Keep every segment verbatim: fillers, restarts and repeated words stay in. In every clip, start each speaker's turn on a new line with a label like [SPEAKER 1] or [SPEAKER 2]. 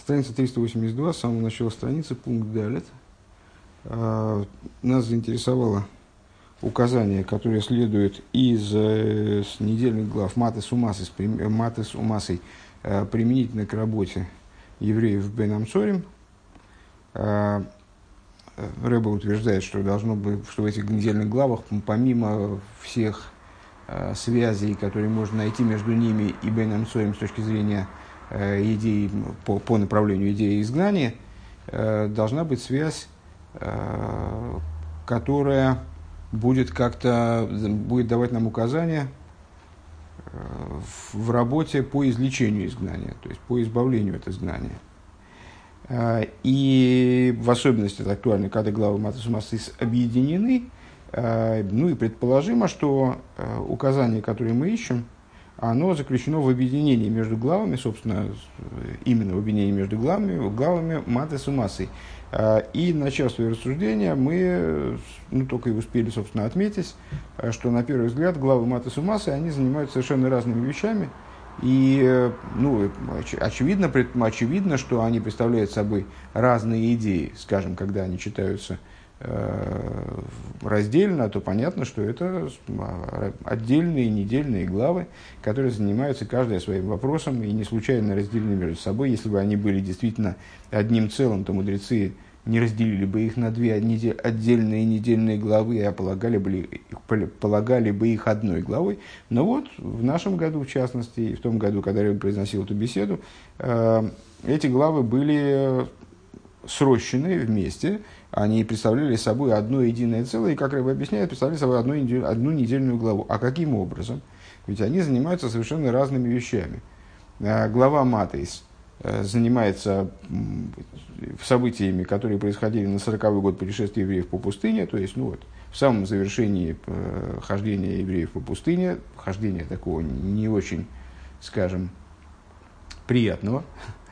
[SPEAKER 1] Страница триста восемьдесят два, с самого начала страницы, пункт Далет. А, нас заинтересовало указание, которое следует из э, с недельных глав Матес Умасой, Матес Умасой э, применительно к работе евреев в Бен Амцорим. А, Рэбе утверждает, что должно быть, что в этих недельных главах, помимо всех э, связей, которые можно найти между ними и Бен Амцорим с точки зрения идеи, по, по направлению идеи изгнания, э, должна быть связь, э, которая будет как-то будет давать нам указания э, в, в работе по излечению изгнания, то есть по избавлению от изгнания. Э, и в особенности это актуально, когда главы Матес Умасис объединены. Э, ну и предположимо, что э, указание, которое мы ищем, оно заключено в объединении между главами, собственно, именно в объединении между главами, главами Матес Умасой. И, начав свое рассуждение, мы ну, только и успели, собственно, отметить, что, на первый взгляд, главы Матес Умасой, они занимаются совершенно разными вещами. И, ну, очевидно, очевидно, что они представляют собой разные идеи, скажем, когда они читаются раздельно, то понятно, что это отдельные недельные главы, которые занимаются каждая своим вопросом и не случайно разделены между собой. Если бы они были действительно одним целым, то мудрецы не разделили бы их на две отдельные недельные главы, а полагали бы, полагали бы их одной главой. Но вот в нашем году, в частности, и в том году, когда я произносил эту беседу, эти главы были срощены вместе. Они представляли собой одно единое целое, и, как Рэбе объясняет, представляли собой одну, одну недельную главу. А каким образом? Ведь они занимаются совершенно разными вещами. Глава Матейс занимается событиями, которые происходили на сороковой год путешествия евреев по пустыне, то есть ну вот, в самом завершении хождения евреев по пустыне, хождения такого не очень, скажем, приятного,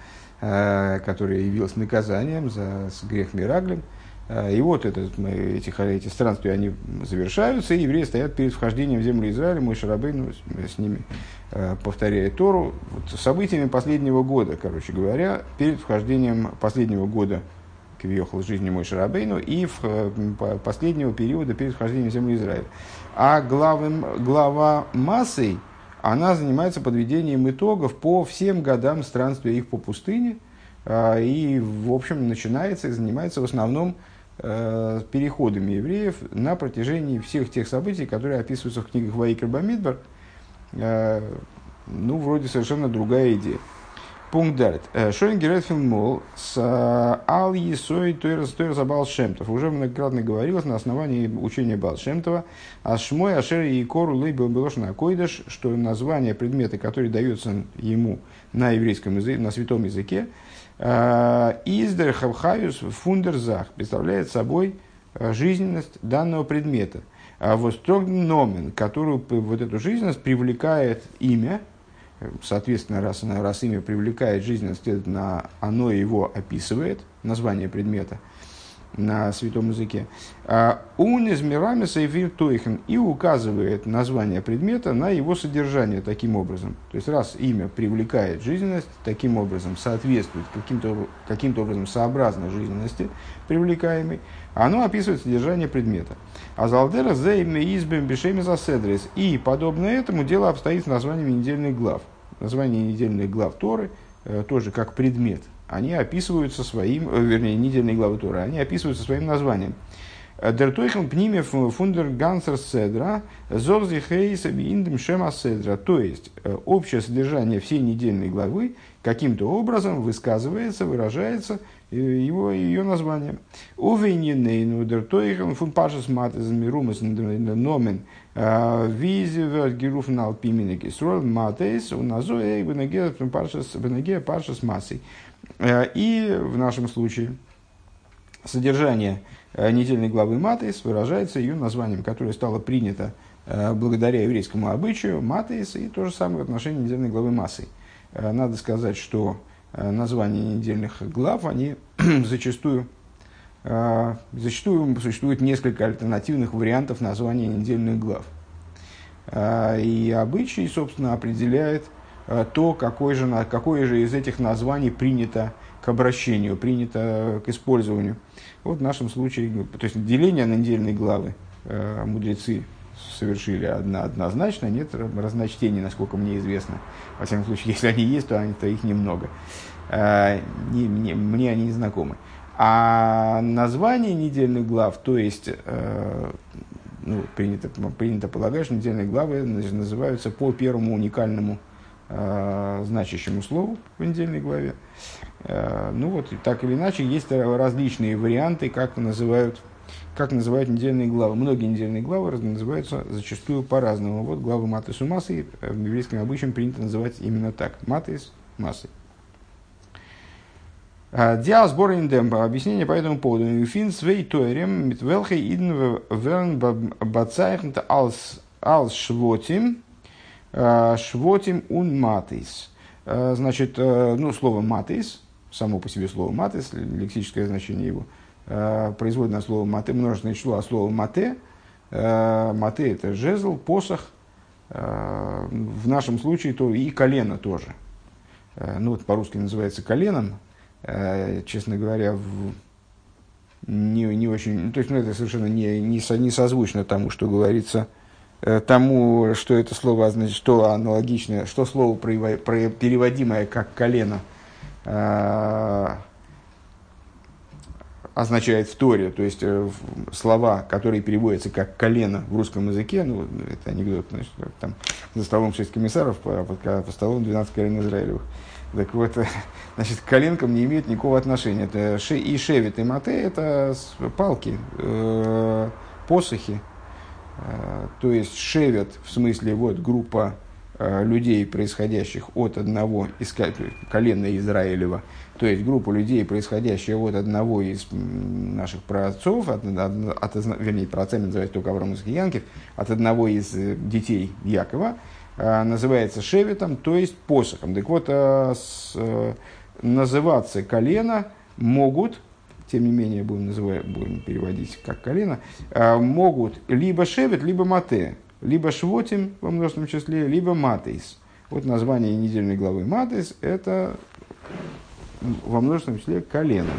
[SPEAKER 1] которое явилось наказанием за грех Мираглим. И вот это, эти, эти странствия они завершаются, и евреи стоят перед вхождением в землю Израиля. Моше Рабейну с ними повторяет Тору. Вот, событиями последнего года, короче говоря, перед вхождением последнего года квиохл жизни Моше Рабейну и в, последнего периода перед вхождением в землю Израиля. А главым, глава Массой, она занимается подведением итогов по всем годам странствия их по пустыне. И, в общем, начинается и занимается в основном переходами евреев на протяжении всех тех событий, которые описываются в книгах Ваикра Бамидбар. Ну, вроде совершенно другая идея. Пункт Далит. Шойн Геретфин Мол с Ал Есой Тойрас Баал Шем Тов. Уже многократно говорилось на основании учения Баал Шем Това. А Шмой Ашер и Кору Лейбел Белошна Койдаш, что название предмета, который дается ему на еврейском языке, на святом языке, Издер Хавхаюс Фундерзах представляет собой жизненность данного предмета. А вот строгномен, которую вот эту жизненность привлекает имя, соответственно, раз, раз имя привлекает жизненность, следовательно, оно его описывает, название предмета на святом языке. Он из мирамиса и виртуихен и указывает название предмета на его содержание таким образом. То есть, раз имя привлекает жизненность, таким образом соответствует каким-то, каким-то образом сообразно жизненности привлекаемой, оно описывает содержание предмета. А залдера зейме избем бешеми заседрис. И подобно этому дело обстоит с названиями недельных глав. Названия недельных глав Торы тоже как предмет. Они описываются своим, вернее, недельные главы Торы, они описываются своим названием. Дертойхен пниме фундер гансер седра, зорзи хейса бииндем шема седра. То есть, общее содержание всей недельной главы каким-то образом высказывается, выражается его, ее названием. Увейнинейну дертойхен фун пашас матез мирумес номен визи верт геруфен алпиминек исрол матез уназоэ бенегея пашас массой. И в нашем случае содержание недельной главы Матейс выражается ее названием, которое стало принято благодаря еврейскому обычаю Матейс, и то же самое в отношении недельной главы Массой. Надо сказать, что названия недельных глав, они зачастую, зачастую существует несколько альтернативных вариантов названия недельных глав. И обычай, собственно, определяет то, какое же, какое же из этих названий принято к обращению, принято к использованию. Вот в нашем случае, то есть деление на недельные главы э, мудрецы совершили одно, однозначно, нет разночтений, насколько мне известно. Во всяком случае, если они есть, то, они, то их немного. Э, не, не, мне они не знакомы. А название недельных глав, то есть, э, ну, принято, принято полагать, что недельные главы называются по первому уникальному э, значащему слову в недельной главе. Э, ну вот, так или иначе, есть различные варианты, как называют, как называют недельные главы. Многие недельные главы называются зачастую по-разному. Вот главы Матес у Массы в еврейском обычае принято называть именно так. Матес Массы. Диал сбор индем. Объяснение по этому поводу. Фин свей тойрем mit welche иден верн бацайхнт als als швотим швотим ун матис. Значит, ну, слово матис, само по себе слово матис, лексическое значение его, производное слово мате, множественное число, а слово мате. Мате – это жезл, посох. В нашем случае то и колено тоже. Ну, вот по-русски называется коленом. Честно говоря, в... не, не очень, то есть, ну, это совершенно не, не, со, не созвучно тому, что говорится, тому, что это слово означает, что аналогичное, что слово про, про, переводимое как колено э, означает в Торе, то есть э, слова, которые переводятся как колено в русском языке, ну, это анекдот, значит, там за столом шесть комиссаров, по, по, по столом двенадцать колен Израилевых. Так вот, значит, к коленкам не имеет никакого отношения. Это ши, и шевет, и мате – это палки, э, посохи. Э, то есть шевет, в смысле, вот группа э, людей, происходящих от одного из колена Израилева, то есть группа людей, происходящая от одного из наших праотцов, от, от, от, вернее, праотцами называется только Авраам Ицхак Янкив, от одного из детей Якова, называется шеветом, то есть посохом. Так вот, с, называться колено могут, тем не менее будем, называть, будем переводить как колено, могут либо шевет, либо мате, либо швотим во множественном числе, либо матейс. Вот название недельной главы матейс – это во множественном числе колено.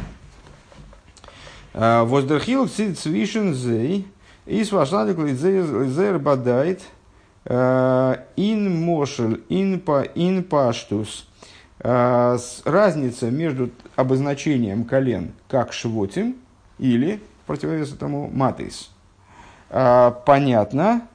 [SPEAKER 1] Воздерхил цвишен зей и свашладик лизер бадайт ин мошель, ин па, ин паштус. Разница между обозначением колен как швотим или, противовес этому, матейс. Понятно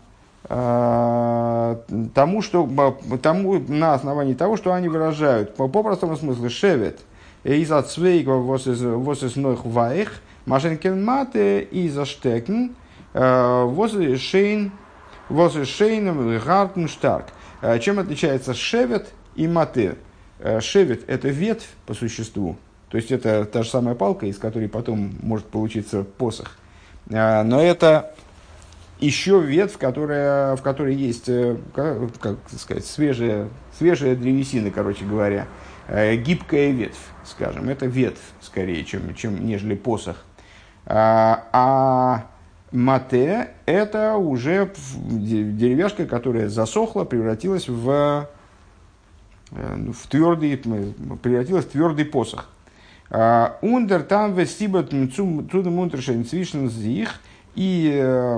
[SPEAKER 1] тому, что, тому, на основании того, что они выражают по, по простому смыслу шевет из отсвейк вос из нойх вайх машенкен мате из аштекен вос из шейн вос из шейн гартен штарк. Чем отличается шевет и мате? Шевет – это ветвь по существу, то есть это та же самая палка, из которой потом может получиться посох. Но это еще ветвь, которая, в которой есть, как, как сказать, свежая, свежая древесина, короче говоря, гибкая ветвь, скажем. Это ветвь скорее, чем, чем, нежели посох. А мате – это уже деревяшка, которая засохла, превратилась в... в твердый, превратилась в твердый посох. Ундер там вестибат цудем унтершен zwischen sich. И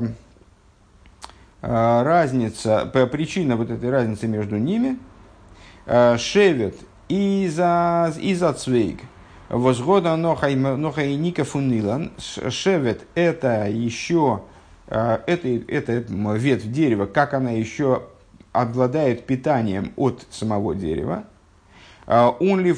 [SPEAKER 1] разница, причина вот этой разницы между ними, шевет и за цвейг. Возгода нохайника фунилан. Шевет – это еще, это, это ветвь дерева, как она еще обладает питанием от самого дерева. И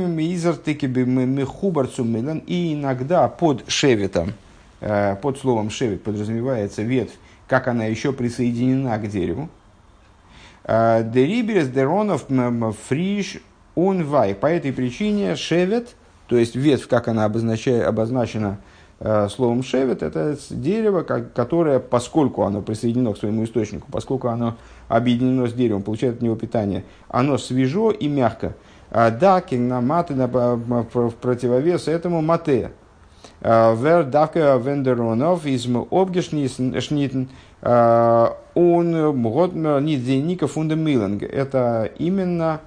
[SPEAKER 1] иногда под шеветом, под словом шевет подразумевается ветвь, как она еще присоединена к дереву. Дериберес деронов фриш унвай. По этой причине шевет, то есть ветвь, как она обозначает, обозначена словом шевет, это дерево, которое, поскольку оно присоединено к своему источнику, поскольку оно объединено с деревом, получает от него питание, оно свежо и мягко. Да, кингнаматы в противовес этому мате. Вер давка вендеронов из обгешнитн он год нидзейника фундамиланг. Это именно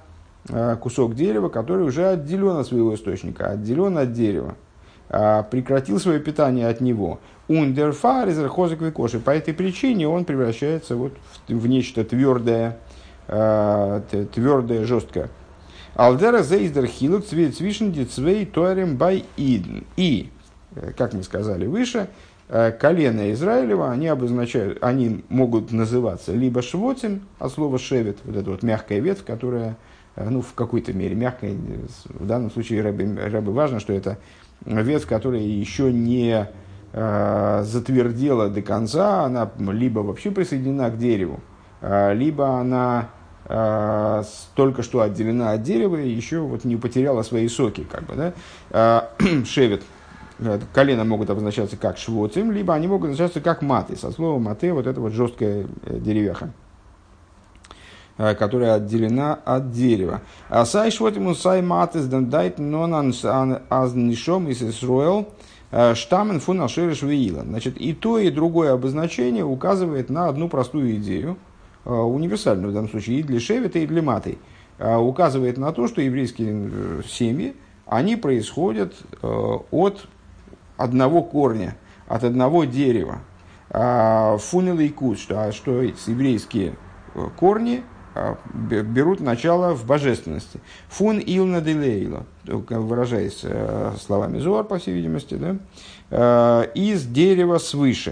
[SPEAKER 1] кусок дерева, который уже отделен от своего источника, отделен от дерева, прекратил свое питание от него. Ундерфар из рахозок викоши. По этой причине он превращается вот в, в нечто твердое, твердое, жесткое. Алдера зейздер хилук цвет свишен дицвей тоарем бай идн. И, как мы сказали выше, колено Израилева, они обозначают, они могут называться либо швотим, от слова шевет, вот эта вот мягкая ветвь, которая, ну, в какой-то мере мягкая, в данном случае рабы, рабы важно, что это ветвь, которая еще не э, затвердела до конца, она либо вообще присоединена к дереву, э, либо она э, только что отделена от дерева и еще вот не потеряла свои соки, как бы, да? э, шевет. Колена могут обозначаться как швотим, либо они могут обозначаться как маты. Со слова маты вот это вот жесткая деревяха, которая отделена от дерева. А сай швотим сай матес дендайт нон аз нишом из Исруэл штамен фун ашер швеила. Значит, и то, и другое обозначение указывает на одну простую идею, универсальную в данном случае и для шевета, и для маты. Указывает на то, что еврейские семьи, они происходят от одного корня, от одного дерева. Фунил и кус, что, что еврейские корни берут начало в божественности. Фун илна делейла, выражаясь словами Зоар, по всей видимости, да? Из дерева свыше.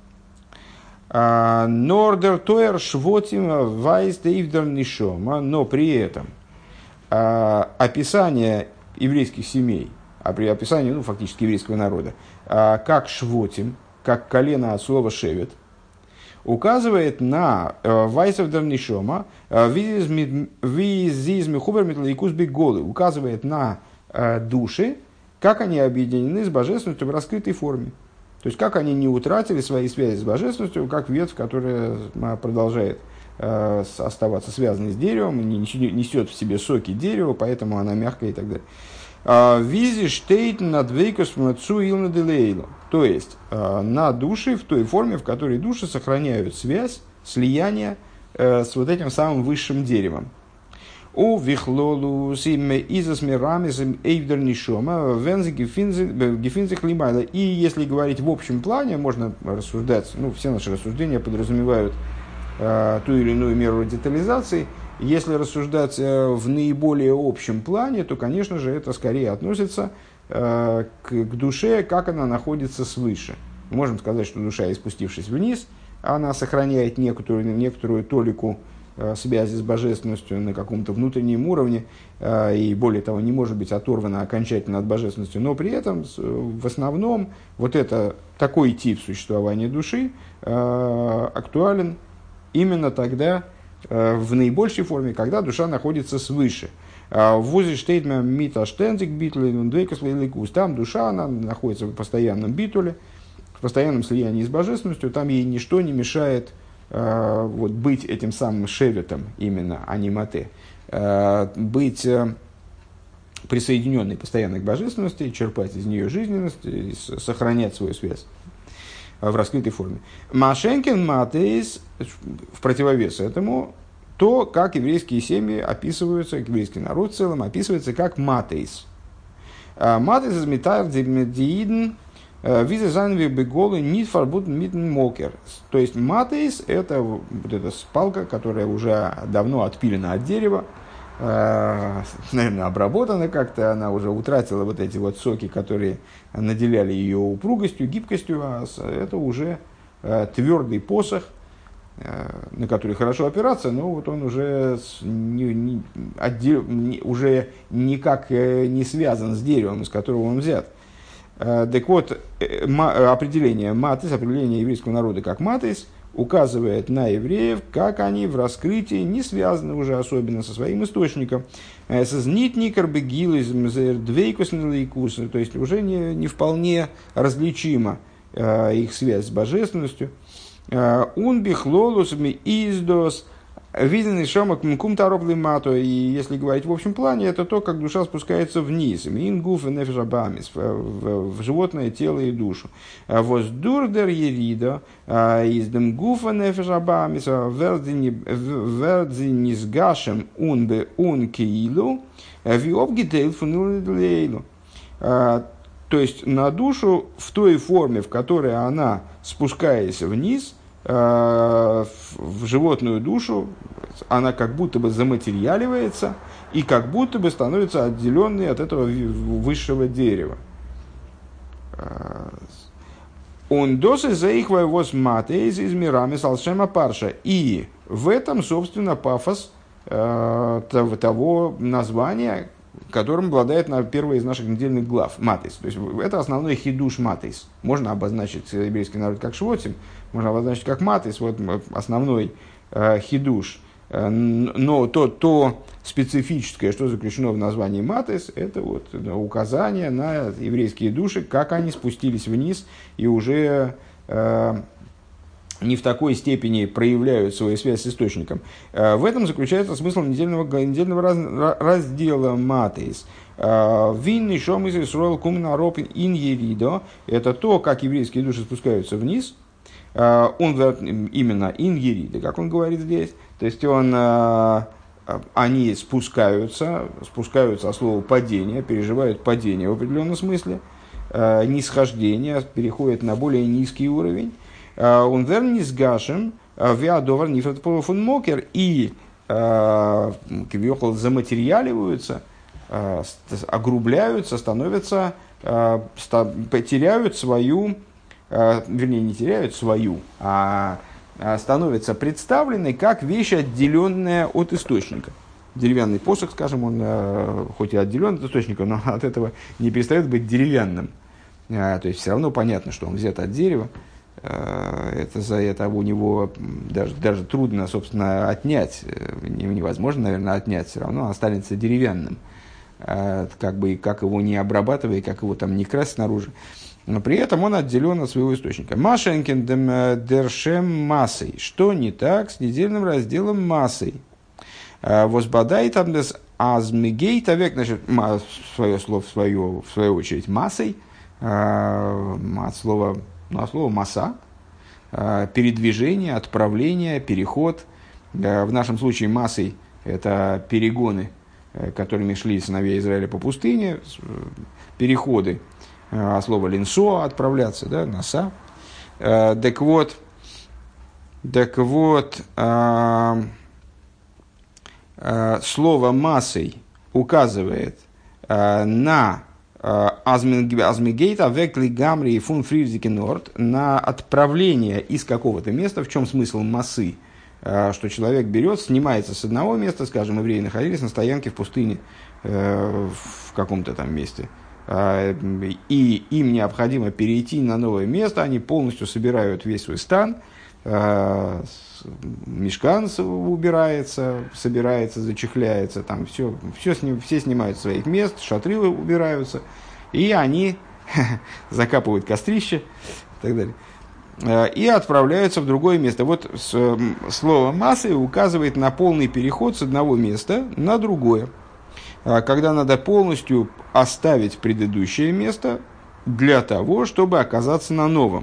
[SPEAKER 1] Нордер тоер швотим вайс дейвдер нишома, но при этом описание еврейских семей, а при описании, ну, фактически еврейского народа, как швотим, как колено от слова шевет, указывает на вайсов дернишома, указывает на души, как они объединены с божественностью в раскрытой форме. То есть, как они не утратили свои связи с божественностью, как ветвь, которая продолжает оставаться связанной с деревом, несет в себе соки дерева, поэтому она мягкая и так далее. Визи штейт над вейкос мацу илна делейло. То есть, на души в той форме, в которой души сохраняют связь, слияние с вот этим самым высшим деревом. У вихлолу симе изас мирамисим эйвдер нишома вензи гефинзих лимайла. И если говорить в общем плане, можно рассуждать, ну, все наши рассуждения подразумевают э, ту или иную меру детализации. Если рассуждать в наиболее общем плане, то, конечно же, это скорее относится э, к, к душе, как она находится свыше. Можем сказать, что душа, спустившись вниз, она сохраняет некоторую, некоторую толику э, связи с божественностью на каком-то внутреннем уровне, э, и более того, не может быть оторвана окончательно от божественности, но при этом в основном вот это, такой тип существования души э, актуален именно тогда, в наибольшей форме, когда душа находится свыше. В вузе штейтма мита штензик битле двейкослейликус. Там душа, она находится в постоянном битуле, в постоянном слиянии с божественностью. Там ей ничто не мешает вот, быть этим самым шеветом именно, а не мате. Быть присоединенной постоянно к божественности, черпать из нее жизненность, и сохранять свою связь в раскрытой форме. Машенкин матейс, в противовес этому, то, как еврейские семьи описываются, еврейский народ в целом описывается как матейс. Матейс из метар демедииден визе занви беголы нит фарбутен митн мокер. То есть матейс — это вот эта палка, которая уже давно отпилена от дерева, наверное, обработана как-то, она уже утратила вот эти вот соки, которые наделяли ее упругостью, гибкостью, а это уже твердый посох, на который хорошо опираться, но вот он уже, не, не, отдел, не, уже никак не связан с деревом, из которого он взят. Так вот, определение матис, определение еврейского народа как матис, указывает на евреев, как они в раскрытии не связаны уже особенно со своим источником. То есть уже не, не вполне различима их связь с божественностью. Он бихлолусами издос Виден шома кум таробли мато, и если говорить в общем плане, это то, как душа спускается вниз, ингуф и нефешабамис, в животное тело и душу. Воздурдер ерида, издем гуфа нефешабамис, вердзини с гашем унбе ункеилу, виобгидейл фунилейлу. То есть на душу в той форме, в которой она, спускаясь вниз, в животную душу, она как будто бы заматериаливается и как будто бы становится отделенной от этого высшего дерева. Он досы за их воевоз матейз из мирами салшема парша. И в этом, собственно, пафос того названия, которым обладает на первой из наших недельных глав, матейс. То есть это основной хидуш матейс. Можно обозначить еврейский народ как швотим, можно обозначить как матейс, вот основной э, хидуш. Но то, то специфическое, что заключено в названии матейс, это вот указание на еврейские души, как они спустились вниз и уже э, не в такой степени проявляют свою связь с источником. В этом заключается смысл недельного, недельного раз, раздела матейс. Винный шом из Исруэл кумна ропин ин еридо. Это то, как еврейские души спускаются вниз. Он именно ин еридо, как он говорит здесь. То есть он, они спускаются, спускаются от слова падение, переживают падение в определенном смысле, нисхождение, переходят на более низкий уровень. Он верни с гашем, виадовар нифрат фун мокер, и кивьохол заматериаливаются, огрубляются, становятся, теряют свою, вернее, не теряют свою, а становятся представлены как вещь, отделенная от источника. Деревянный посох, скажем, он хоть и отделен от источника, но от этого не перестает быть деревянным. То есть все равно понятно, что он взят от дерева. Это за это у него даже, даже трудно, собственно, отнять. Невозможно, наверное, отнять. Все равно он останется деревянным. Как бы, как его не обрабатывая, как его там не красить снаружи. Но при этом он отделен от своего источника. Машенкин дершем массой. Что не так с недельным разделом массой? Возбадай там дес азмигей тавек, значит, свое слово, в свою, в свою очередь, массой, от слова, ну, от слова масса, передвижение, отправление, переход. В нашем случае массой это перегоны, которыми шли сыновья Израиля по пустыне, переходы. А слово линсо, отправляться, да, носа. Э, так вот, так вот э, э, слово массой указывает э, на азмигейта векли гамри и фун фрирзики норд, на отправление из какого-то места. В чем смысл массы? Э, что человек берет, снимается с одного места, скажем, евреи находились на стоянке в пустыне э, в каком-то там месте. И им необходимо перейти на новое место, они полностью собирают весь свой стан, мишкан убирается, собирается, зачехляется, там все, все, все снимают с своих мест, шатры убираются, и они закапывают кострище и так далее, и отправляются в другое место. Вот слово «массы» указывает на полный переход с одного места на другое, когда надо полностью оставить предыдущее место для того, чтобы оказаться на новом.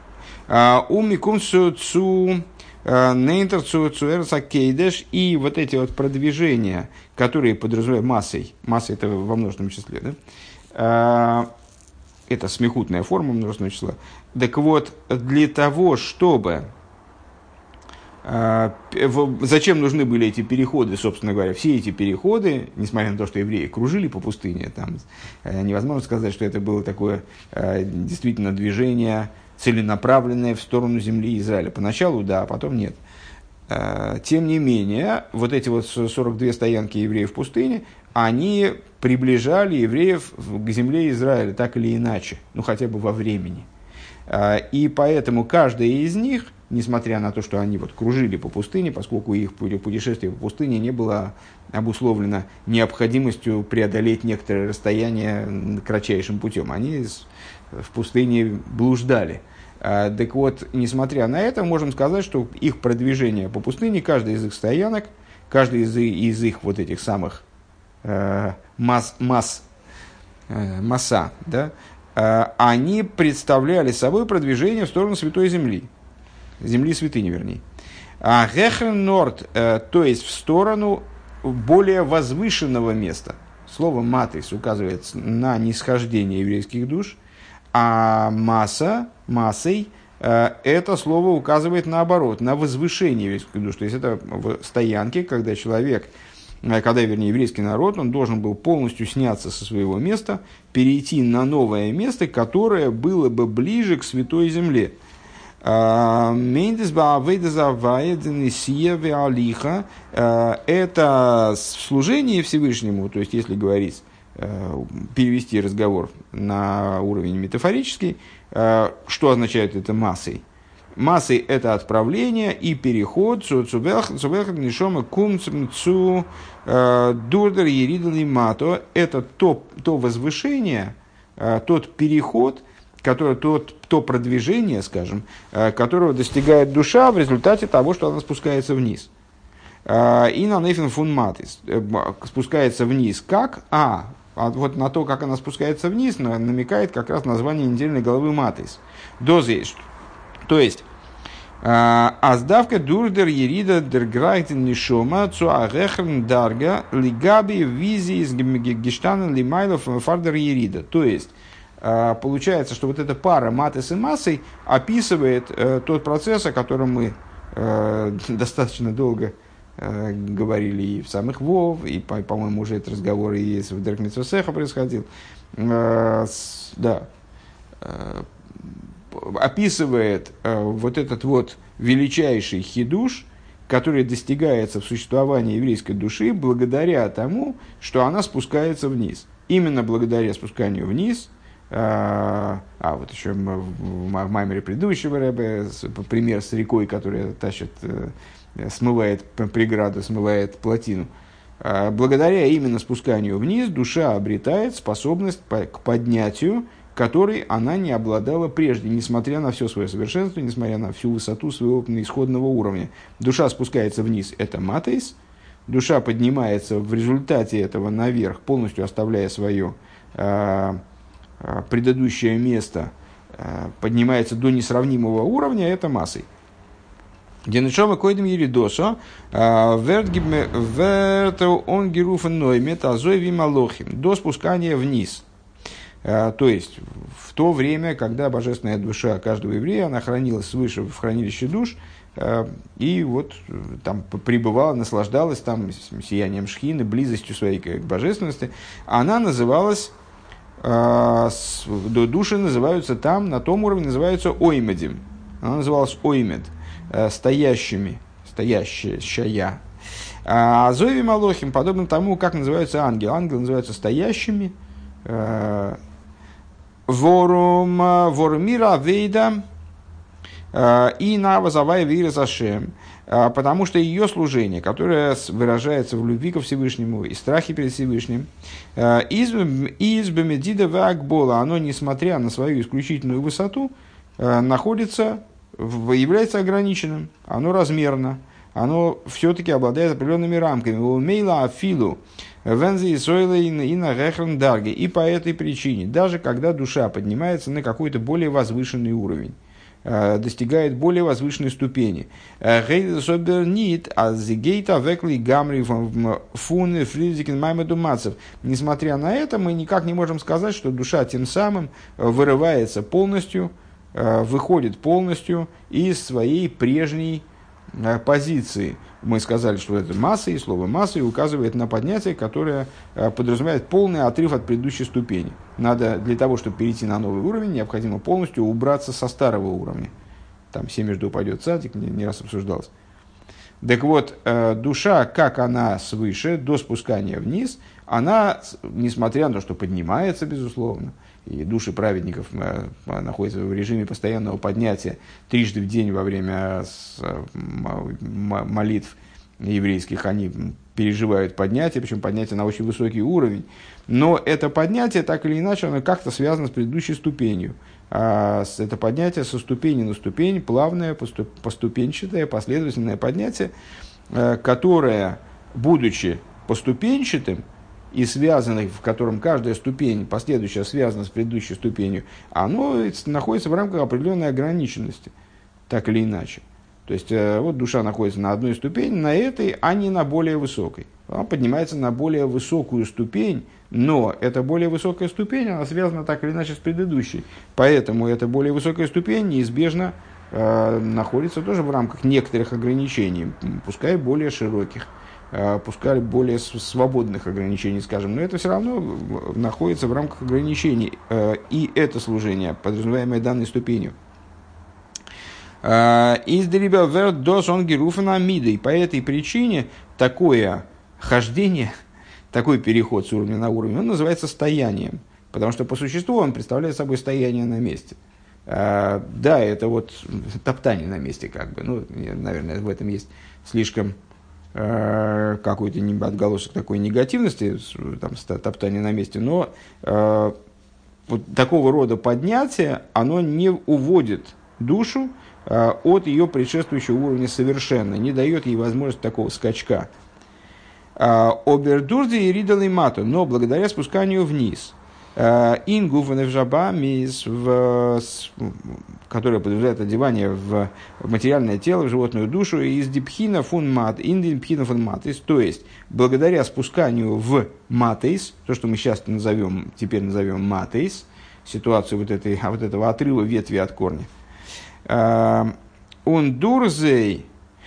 [SPEAKER 1] И вот эти вот продвижения, которые подразумевают массой, масса это во множественном числе, да? Это смехутная форма множественного числа. Так вот, для того, чтобы... Зачем нужны были эти переходы, собственно говоря? Все эти переходы, несмотря на то, что евреи кружили по пустыне, там невозможно сказать, что это было такое действительно движение целенаправленное в сторону земли Израиля. Поначалу да, а потом нет. Тем не менее, вот эти вот сорок две стоянки евреев в пустыне, они приближали евреев к земле Израиля так или иначе, ну хотя бы во времени. И поэтому каждая из них, несмотря на то, что они вот кружили по пустыне, поскольку их путешествие по пустыне не было обусловлено необходимостью преодолеть некоторое расстояние кратчайшим путем, они в пустыне блуждали. Так вот, несмотря на это, можем сказать, что их продвижение по пустыне, каждый из их стоянок, каждый из, из их вот этих самых э, масс, масс, э, масса, да, э, они представляли собой продвижение в сторону Святой Земли, земли святыни, вернее. А Гехрен Норд, э, то есть в сторону более возвышенного места. Слово «матис» указывает на нисхождение еврейских душ, а «масса», «массой» э, это слово указывает наоборот, на возвышение еврейских душ. То есть это в стоянке, когда человек, когда, вернее, еврейский народ, он должен был полностью сняться со своего места, перейти на новое место, которое было бы ближе к Святой Земле. Это служение Всевышнему, то есть, если говорить, перевести разговор на уровень метафорический, что означает это массой? Массой – это отправление и переход это то, то возвышение, тот переход, который, то, то продвижение, скажем, которого достигает душа в результате того, что она спускается вниз. И на нефин фун матис спускается вниз как? А, а вот на то, как она спускается вниз, намекает как раз название недельной главы матис. Дозейш. То есть, аздавка дурдер ерида дерграйтен нишома цуагехрн дарга лигаби визи из гештана лимайлов фардер ерида. То есть, получается, что вот эта пара матис и массой описывает э, тот процесс, о котором мы э, достаточно долго э, говорили и в самых Вов, и, по- по-моему, уже этот разговор и в Дерек Мицвот Сеха происходил. Э, с, да. э, описывает э, вот этот вот величайший хидуш, который достигается в существовании еврейской души благодаря тому, что она спускается вниз. Именно благодаря спусканию вниз. А, а вот еще в маймере предыдущего рэбе пример с рекой, которая тащит, смывает преграду, смывает плотину. А, благодаря именно спусканию вниз душа обретает способность к поднятию, которой она не обладала прежде, несмотря на все свое совершенство, несмотря на всю высоту своего исходного уровня. Душа спускается вниз, это матейс. Душа поднимается в результате этого наверх, полностью оставляя свое предыдущее место, поднимается до несравнимого уровня, это массой. Денешома койдем еридосо, верт он геруфен ноймет, азой вималохим, до спускания вниз. То есть, в то время, когда божественная душа каждого еврея, она хранилась свыше в хранилище душ, и вот там пребывала, наслаждалась там сиянием шхины, близостью своей к божественности, она называлась, души называются там, на том уровне называются оймедим. Она называлась оймед, стоящими, стоящая. А зови малохим, подобно тому, как называются ангелы. Ангелы называются стоящими. Ворум, вормира вейда и на вазавай вира зашем. Потому что ее служение, которое выражается в любви ко Всевышнему и страхе перед Всевышним, из бемедида вакбола, оно, несмотря на свою исключительную высоту, находится, является ограниченным, оно размерно, оно все-таки обладает определенными рамками. Умейла афилу вензи сойла и на гехрен дарги. И по этой причине, даже когда душа поднимается на какой-то более возвышенный уровень, достигает более возвышенной ступени. Несмотря на это, мы никак не можем сказать, что душа тем самым вырывается полностью, выходит полностью из своей прежней позиции. Мы сказали, что это масса, и слово масса указывает на поднятие, которое подразумевает полный отрыв от предыдущей ступени. Надо для того, чтобы перейти на новый уровень, необходимо полностью убраться со старого уровня. Там семежды упадет садик, не, не раз обсуждалось. Так вот, душа, как она свыше, до спускания вниз, она, несмотря на то, что поднимается, безусловно, и души праведников находятся в режиме постоянного поднятия трижды в день во время молитв еврейских, они переживают поднятие, причем поднятие на очень высокий уровень. Но это поднятие, так или иначе, оно как-то связано с предыдущей ступенью. А это поднятие со ступени на ступень, плавное, поступенчатое, последовательное поднятие, которое, будучи поступенчатым и связанным, в котором каждая ступень последующая связана с предыдущей ступенью, оно находится в рамках определенной ограниченности, так или иначе. То есть, вот душа находится на одной ступени, на этой, а не на более высокой. Она поднимается на более высокую ступень, но эта более высокая ступень, она связана так или иначе с предыдущей. Поэтому эта более высокая ступень неизбежно э, находится тоже в рамках некоторых ограничений, пускай более широких, э, пускай более свободных ограничений, скажем, но это все равно находится в рамках ограничений. Э, и это служение, подразумеваемое данной ступенью. Из дерибел верт дос он геруфена мидой. По этой причине такое хождение, такой переход с уровня на уровень, он называется стоянием. Потому что по существу он представляет собой стояние на месте. Да, это вот топтание на месте, как бы. Ну, наверное, в этом есть слишком какой-то отголосок такой негативности, там, топтание на месте. Но вот такого рода поднятие, оно не уводит душу от ее предшествующего уровня совершенно, не дает ей возможности такого скачка. Обердурди и ридал и мату, но благодаря спусканию вниз. Ингу в которое подразумевает одевание в материальное тело, в животную душу, из дипхина фун мат, индипхина фун матис, то есть благодаря спусканию в матис, то, что мы сейчас назовем, теперь назовем матис, ситуацию вот, этой, вот этого отрыва ветви от корня. Он дурзей,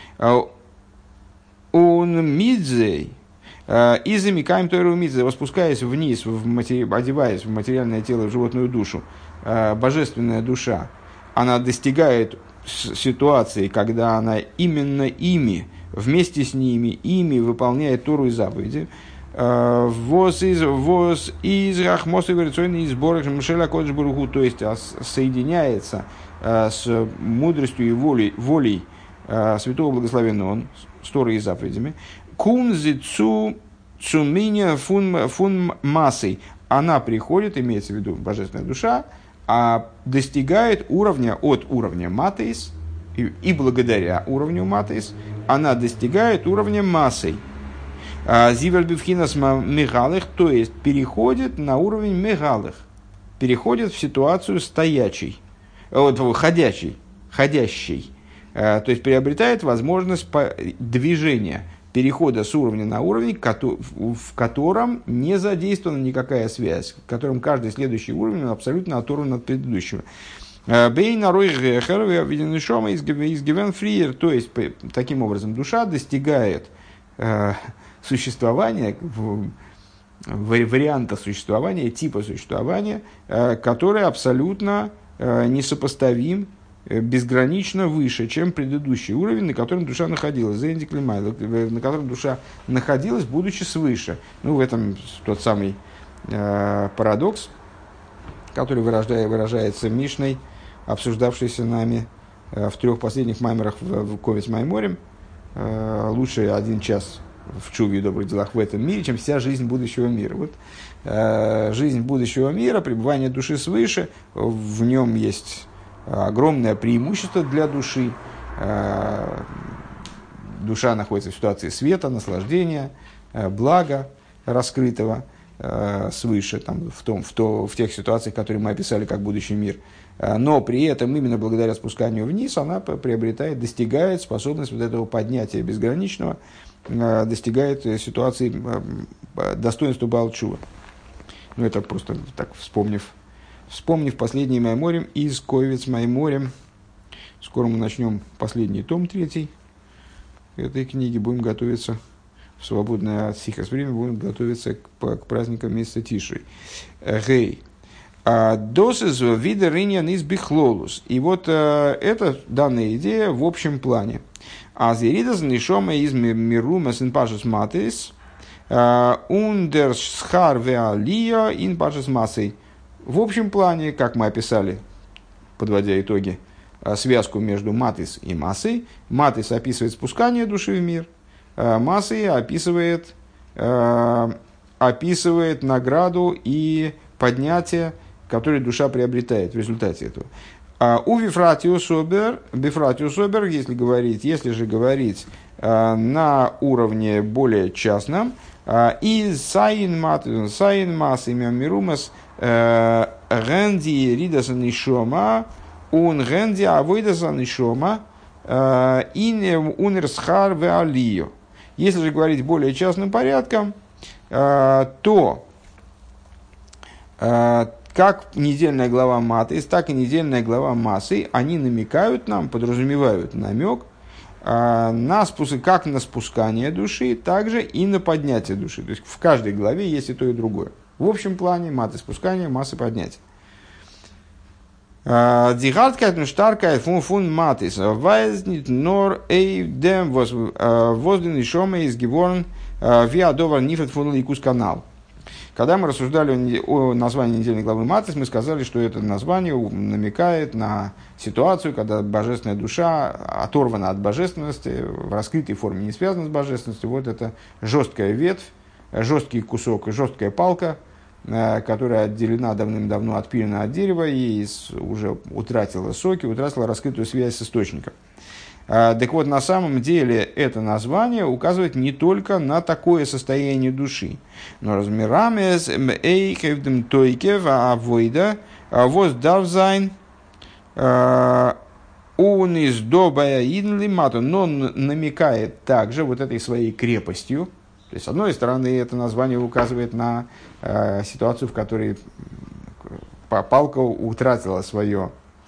[SPEAKER 1] он мидзей, и замикаем тойру мидзей, спускаясь вниз, в матери... одеваясь в материальное тело, в животную душу, божественная душа, она достигает ситуации, когда она именно ими, вместе с ними, ими выполняет Тору и заповеди. Воз из воз из рахмос и верцойный сборок Мишеля Кодж Баруху, то есть соединяется с мудростью и волей, волей святого благословенного он, с Торой и заповедями. Кунзи цу цуминя фун фун массой. Она приходит, имеется в виду божественная душа, а достигает уровня, от уровня матейс, и, и благодаря уровню матейс, она достигает уровня массой. Зивальбивхинас мегалых, то есть переходит на уровень мегалых, переходит в ситуацию стоячей, вот, ходячей, ходящей, то есть приобретает возможность движения, перехода с уровня на уровень, в котором не задействована никакая связь, в котором каждый следующий уровень абсолютно оторван от предыдущего. Бейна рой гехер виден шома из гивен фриер, то есть таким образом душа достигает существования, варианта существования, типа существования, который абсолютно несопоставим, безгранично выше, чем предыдущий уровень, на котором душа находилась, на котором душа находилась, будучи свыше. Ну, в этом тот самый э, парадокс, который выражает, выражается Мишной, обсуждавшийся нами э, в трех последних маймерах в, в Ковец Майморем. Э, лучше один час в чуве и добрых делах в этом мире, чем вся жизнь будущего мира. Вот, э, жизнь будущего мира, пребывание души свыше, в нем есть огромное преимущество для души. Душа находится в ситуации света, наслаждения, блага раскрытого свыше, там, в, том, в, то, в тех ситуациях, которые мы описали как будущий мир. Но при этом именно благодаря спусканию вниз она приобретает, достигает способность вот этого поднятия безграничного, достигает ситуации достоинства Баал Тшува. Ну, это просто так вспомнив. Вспомнив последний Майморем из Ковец Майморем. Скоро мы начнем последний том, третий этой книги. Будем готовиться в свободное от сихас время, будем готовиться к, к праздникам месяца Тишри. Гей. Досыз вида риньян из бихлолус. И вот это данная идея в общем плане. А зеридас нишома из мирума синпашес матис ундер схар веалия ин пашес массой. В общем плане, как мы описали, подводя итоги, связку между матис и массой. Матис описывает спускание души в мир, массой описывает, описывает награду и поднятие, которое душа приобретает в результате этого. У Вифратиус Обер, Бифратиус Обер, если говорить, если же говорить на уровне более частном, и Сайн Мас имя Мирумас Генди Ридаса Нишома он Генди Авойдаса Нишома ин Унерсхар Веалио. Если же говорить более частным порядком, то как недельная глава Матис, так и недельная глава Массы, они намекают нам, подразумевают намек на спуск, как на спускание души, так же и на поднятие души. То есть в каждой главе есть и то, и другое. В общем плане Маты спускания, Массы поднятия. Дихарткайт нуштаркайт фун фун Матис вайзнит нор эйдем возден и шоме из геворн виадовар нифет фун ликус канал. Когда мы рассуждали о названии недельной главы Матис, мы сказали, что это название намекает на ситуацию, когда божественная душа оторвана от божественности, в раскрытой форме не связана с божественностью. Вот это жесткая ветвь, жесткий кусок, жесткая палка, которая отделена давным-давно, отпилена от дерева и уже утратила соки, утратила раскрытую связь с источником. Так вот, на самом деле, это название указывает не только на такое состояние души, но размерами с эйхевдем тойкев авойда воздарзайн он из добая инлимату, но намекает также вот этой своей крепостью. То есть, с одной стороны, это название указывает на э, ситуацию, в которой палка утратила свое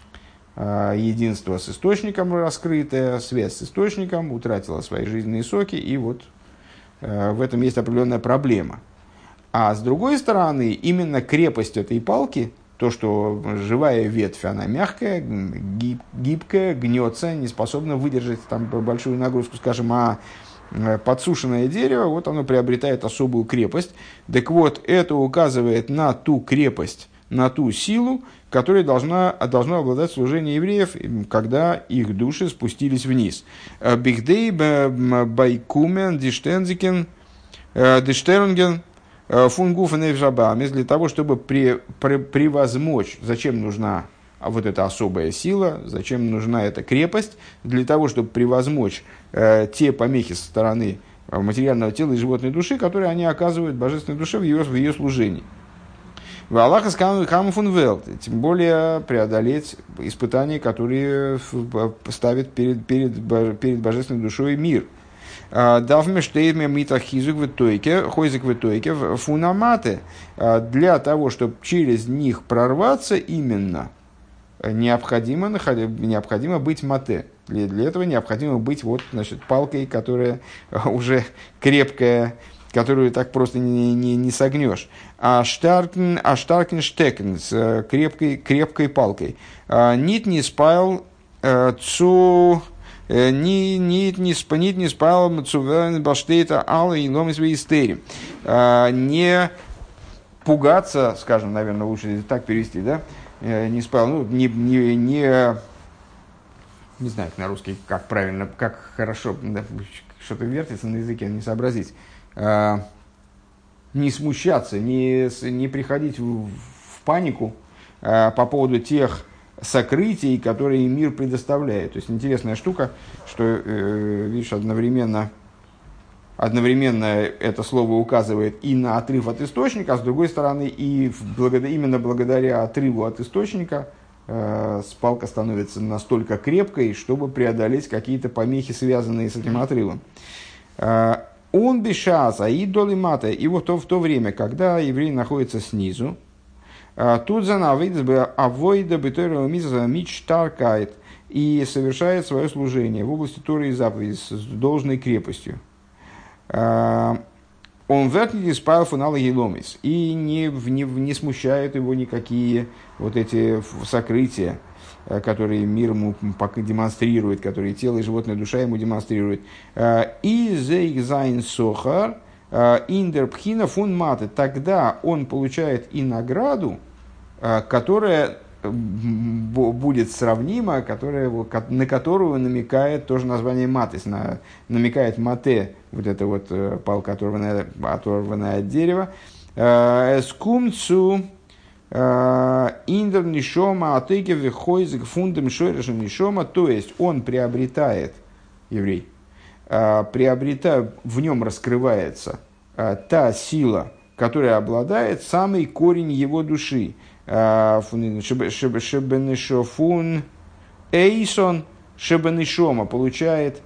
[SPEAKER 1] единство с источником, раскрытая связь с источником, утратила свои жизненные соки, и вот э, в этом есть определенная проблема. А с другой стороны, именно крепость этой палки, то, что живая ветвь, она мягкая, гиб, гибкая, гнется, не способна выдержать там большую нагрузку, скажем, а подсушенное дерево, вот оно приобретает особую крепость. Так вот, это указывает на ту крепость, на ту силу, которой должна, должно обладать служение евреев, когда их души спустились вниз. Бигдей байкумен диштензикен диштернген фунгуфен эвжабамес, для того, чтобы при, при, превозмочь, зачем нужна вот эта особая сила, зачем нужна эта крепость, для того, чтобы превозмочь э, те помехи со стороны материального тела и животной души, которые они оказывают божественной душе в ее, в ее служении. В Аллаха скамфунвелт, тем более преодолеть испытания, которые ставят перед, перед, перед божественной душой мир. Давмештейме митахизук в итойке, хойзик в итойке, фунаматы, для того, чтобы через них прорваться именно, необходимо, необходимо быть мате. Для, для этого необходимо быть вот, значит, палкой, которая уже крепкая, которую так просто не, не, не согнешь. А штаркен, а штаркен штекен, с крепкой, крепкой палкой. Нит не спал цу... Нит не спал цу баштейта алла и ломис вейстери. Не пугаться, скажем, наверное, лучше так перевести, да? Не спал, ну, не, не, не, не знаю на русский, как правильно, как хорошо, да, что-то вертится на языке, не сообразить. А, не смущаться, не, не приходить в, в панику а, по поводу тех сокрытий, которые мир предоставляет. То есть интересная штука, что, э, видишь, одновременно... Одновременно это слово указывает и на отрыв от источника, а с другой стороны, и благодаря, именно благодаря отрыву от источника э, палка становится настолько крепкой, чтобы преодолеть какие-то помехи, связанные с этим отрывом. Он бешаса и долимата, и вот в то время, когда еврей находится снизу, тут за навидс авойда бетойра миза мич таркает и совершает свое служение в области Торы и заповедей с должной крепостью. Он верхний спал фунала еломис и не, не, не смущают его никакие вот эти сокрытия, которые мир ему пока демонстрирует, которые тело и животная душа ему демонстрирует. И зейгзайн сохар индерпхина фун маты, тогда он получает и награду, которая будет сравнима, которая, на которую намекает тоже название матис, на, намекает мате, вот эта вот палка, оторванная, оторванная от дерева. Скумцу индер нишома атыки вихойзик фундам шойрешем нишома, то есть он приобретает, еврей, приобретает, в нем раскрывается та сила, которая обладает самый корень его души. Шебенешофун эйсон шебенешома получает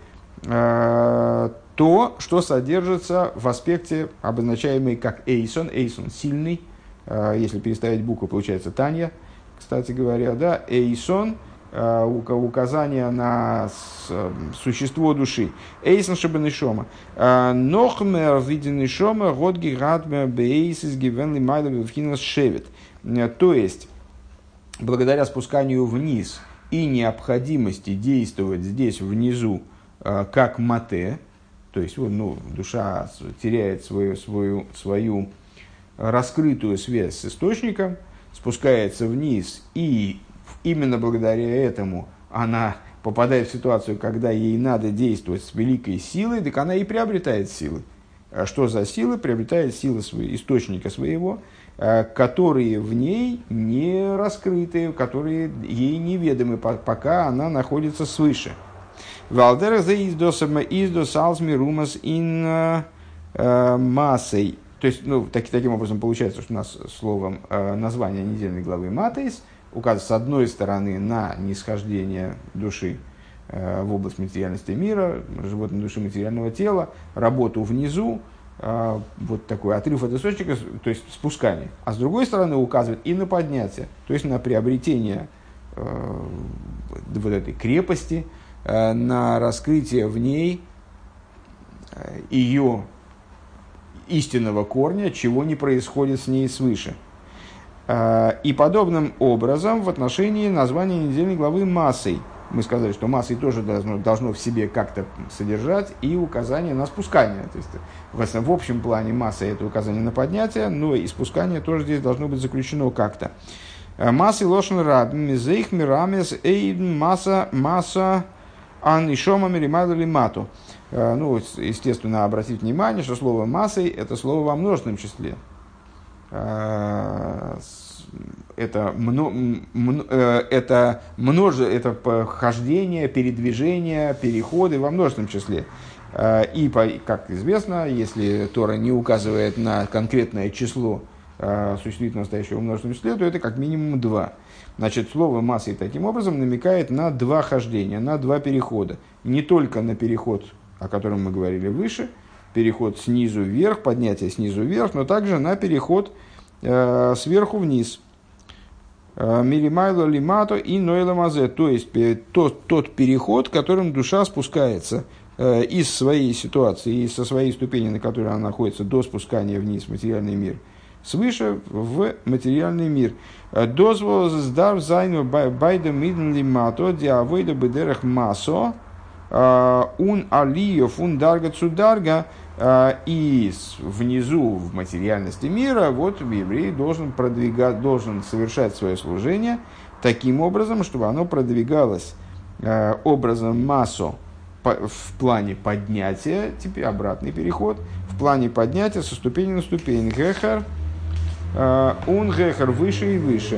[SPEAKER 1] э, то, что содержится в аспекте, обозначаемый как эйсон. Эйсон сильный. Э, если переставить букву, получается Таня, кстати говоря. Да? Эйсон э, указание на с, существо души. Эйсон шебенешома. Нохмер виденешома годги гадмер бейсис гивенли майловый вхинас шевет. То есть, благодаря спусканию вниз и необходимости действовать здесь внизу э, как мате, то есть ну, душа теряет свою, свою, свою раскрытую связь с источником, спускается вниз, и именно благодаря этому она попадает в ситуацию, когда ей надо действовать с великой силой, так она и приобретает силы. А что за силы? Приобретает силы своего, источника своего, которые в ней не раскрыты, которые ей неведомы, пока она находится свыше. Валдера за издосама издос алсми румас ин массой. То есть, ну, так, таким образом получается, что у нас словом название недельной главы Матейс указывает с одной стороны на нисхождение души в область материальности мира, животной души материального тела, работу внизу, вот такой отрыв от источника, то есть спускание. А с другой стороны указывает и на поднятие, то есть на приобретение э, вот этой крепости, э, на раскрытие в ней э, ее истинного корня, чего не происходит с ней свыше. Э, и подобным образом в отношении названия недельной главы массой. Мы сказали, что массой тоже должно, должно в себе как-то содержать и указание на спускание. То есть, в, в общем плане масса – это указание на поднятие, но и спускание тоже здесь должно быть заключено как-то. Масса лошен раб, мизейх мирамес эйдн масса масса анишома миримаду лимату. Ну, естественно, обратить внимание, что слово массой – это слово во множественном числе. Это, это, множе, это хождение, передвижение, переходы во множественном числе. И, как известно, если Тора не указывает на конкретное число существительного настоящего в множественном числе, то это как минимум два. Значит, слово «массой» таким образом намекает на два хождения, на два перехода. Не только на переход, о котором мы говорили выше, переход снизу вверх, поднятие снизу вверх, но также на переход э, сверху вниз. Миримайло лимато и нойло мазе, то есть тот, тот переход, которым душа спускается э, из своей ситуации, из со своей ступени, на которой она находится, до спускания вниз в материальный мир, свыше в материальный мир. Дозвол сдав зайну байда мидн лимато диавойда бедерах массо ун алиев ун дарга цударга. И внизу, в материальности мира, вот еврей должен, продвигать, должен совершать свое служение таким образом, чтобы оно продвигалось образом массо в плане поднятия, теперь обратный переход, в плане поднятия со ступени на ступень. Гехар, он гехар выше и выше.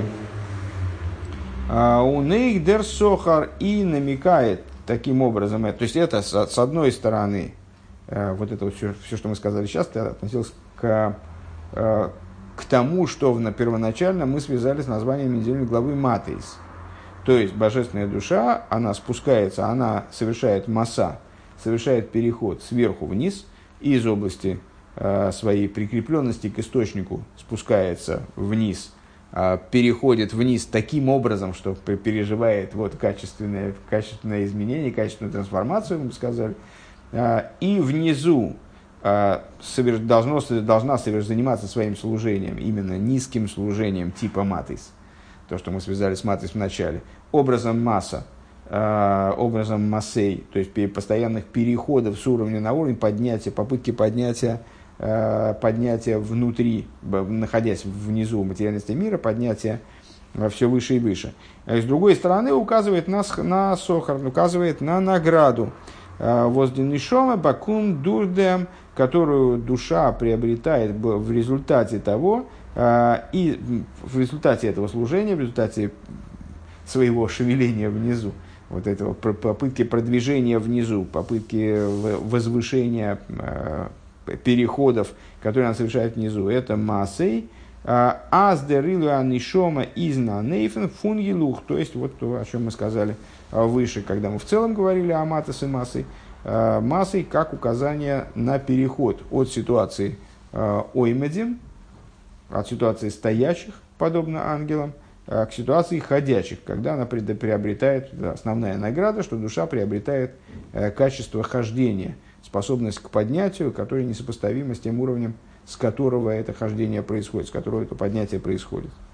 [SPEAKER 1] Унейх дер сохар и намекает таким образом, то есть это с одной стороны, вот это вот все, все, что мы сказали сейчас, это относилось к, к тому, что первоначально мы связали с названием недельной главы Матейс. То есть божественная душа, она спускается, она совершает масса, совершает переход сверху вниз, и из области своей прикрепленности к источнику спускается вниз, переходит вниз таким образом, что переживает вот качественное, качественное изменение, качественную трансформацию, мы бы сказали. И внизу должно, должна заниматься своим служением, именно низким служением типа матис, то, что мы связали с матис в начале, образом масса, образом массей, то есть постоянных переходов с уровня на уровень, поднятия, попытки поднятия, поднятия внутри, находясь внизу материальности мира, поднятия все выше и выше. А с другой стороны, указывает на, на сохар, указывает на награду. Возле нишома бакун дурдем, которую душа приобретает в результате того, и в результате этого служения, в результате своего шевеления внизу, вот этого попытки продвижения внизу, попытки возвышения переходов, которые она совершает внизу, это массой. Аздерилу анишома изна нейфен фунгилух, то есть вот то, о чем мы сказали выше, когда мы в целом говорили о матас и массой, массой как указание на переход от ситуации оймедим, от ситуации стоящих, подобно ангелам, к ситуации ходячих, когда она приобретает, основная награда, что душа приобретает качество хождения, способность к поднятию, которая несопоставима с тем уровнем, с которого это хождение происходит, с которого это поднятие происходит.